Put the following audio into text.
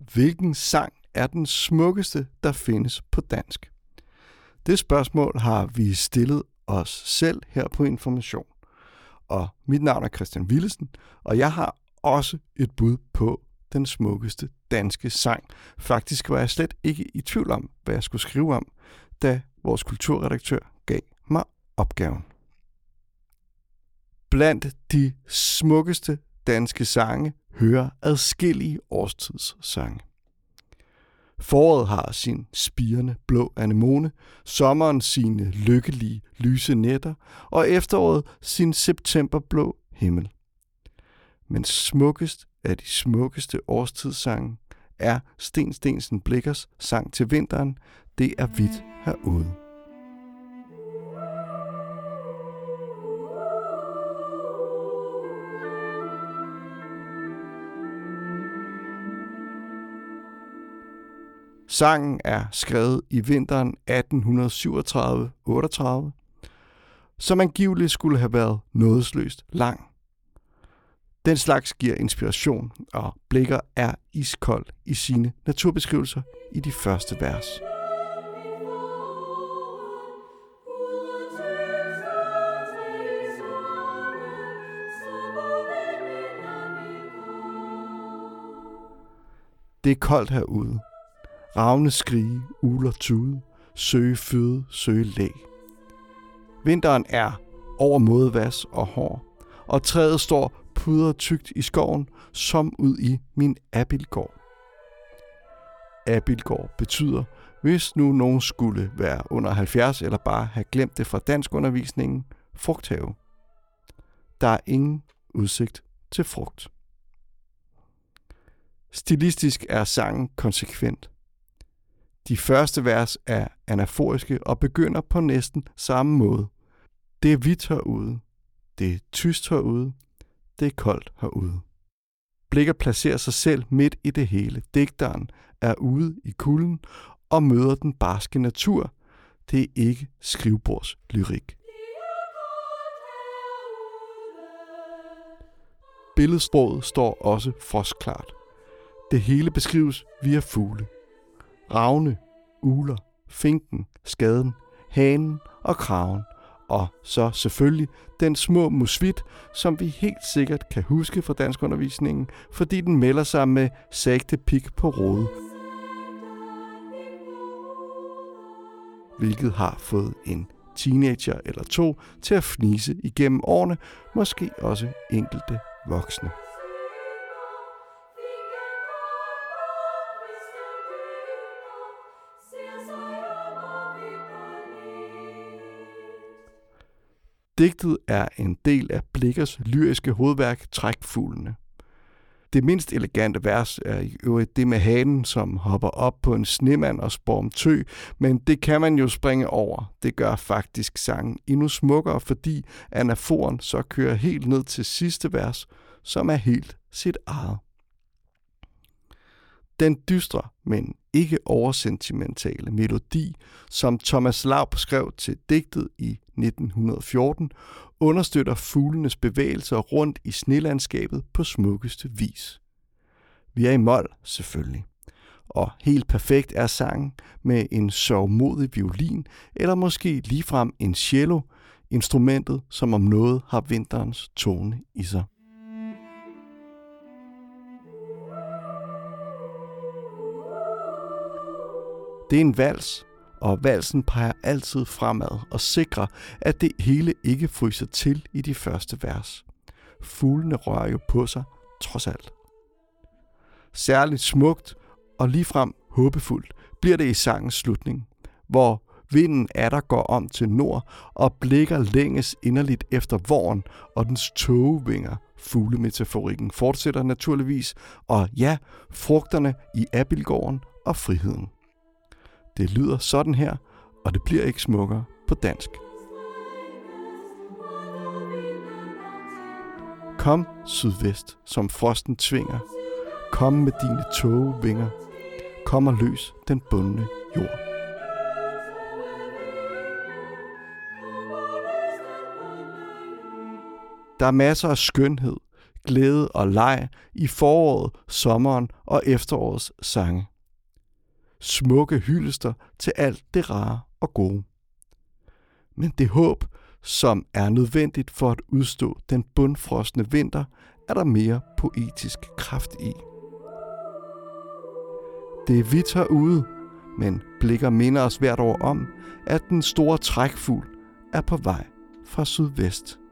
hvilken sang er den smukkeste, der findes på dansk? Det spørgsmål har vi stillet os selv her på Information. Og mit navn er Christian Willesen, og jeg har også et bud på den smukkeste danske sang. Faktisk var jeg slet ikke i tvivl om, hvad jeg skulle skrive om, da vores kulturredaktør gav mig opgaven. Blandt de smukkeste danske sange hører adskillige årstidssange. Foråret har sin spirende blå anemone, sommeren sine lykkelige lyse nætter og efteråret sin septemberblå himmel. Men smukkest af de smukkeste årstidssange er Steen Steensen Blichers sang til vinteren, Det er hvidt herude. Sangen er skrevet i vinteren 1837-38, som angiveligt skulle have været nådesløst lang. Den slags giver inspiration, og Blicher er iskold i sine naturbeskrivelser i de første vers. Det er koldt herude. Ravne skrige, ugler tude, søge føde, søge læg. Vinteren er overmåde vas og hår, og træet står pudret tykt i skoven, som ud i min Abilgård. Abilgård betyder, hvis nu nogen skulle være under 70 eller bare have glemt det fra danskundervisningen, frugthave. Der er ingen udsigt til frugt. Stilistisk er sangen konsekvent. De første vers er anaforiske og begynder på næsten samme måde. Det er hvidt herude. Det er tyst herude. Det er koldt herude. Blicher placerer sig selv midt i det hele. Digteren er ude i kulden og møder den barske natur. Det er ikke skrivebordslyrik. Billedsproget står også frostklart. Det hele beskrives via fugle. Ravne, ugler, finken, skaden, hanen og kraven. Og så selvfølgelig den små musvit, som vi helt sikkert kan huske fra danskundervisningen, fordi den melder sig med sagte pik på rode. Hvilket har fået en teenager eller to til at fnise igennem årene, måske også enkelte voksne. Digtet er en del af Blichers lyriske hovedværk Trækfuglene. Det mindst elegante vers er i øvrigt det med hanen, som hopper op på en snemand og spår om tø, men det kan man jo springe over. Det gør faktisk sangen endnu smukkere, fordi anaforen så kører helt ned til sidste vers, som er helt sit eget. Den dystre, men ikke oversentimentale melodi, som Thomas Laub skrev til digtet i 1914, understøtter fuglenes bevægelser rundt i snelandskabet på smukkeste vis. Vi er i mol, selvfølgelig. Og helt perfekt er sangen med en sørgmodig violin, eller måske ligefrem en cello, instrumentet, som om noget har vinterens tone i sig. Det er en vals, og valsen peger altid fremad og sikrer, at det hele ikke fryser til i de første vers. Fuglene rører jo på sig, trods alt. Særligt smukt og ligefrem håbefuldt bliver det i sangens slutning, hvor vinden atter går om til nord og Blicher længes inderligt efter våren og dens tågevinger. Fuglemetaforikken fortsætter naturligvis, og ja, frugterne i Abilgården og friheden. Det lyder sådan her, og det bliver ikke smukkere på dansk. Kom sydvest, som frosten tvinger. Kom med dine tågevinger. Kom og løs den bundne jord. Der er masser af skønhed, glæde og leg i foråret, sommeren og efterårets sange. Smukke hyldester til alt det rare og gode. Men det håb, som er nødvendigt for at udstå den bundfrosne vinter, er der mere poetisk kraft i. Det er hvidt herude, men blikker minder os hvert år om, at den store trækfugl er på vej fra sydvest.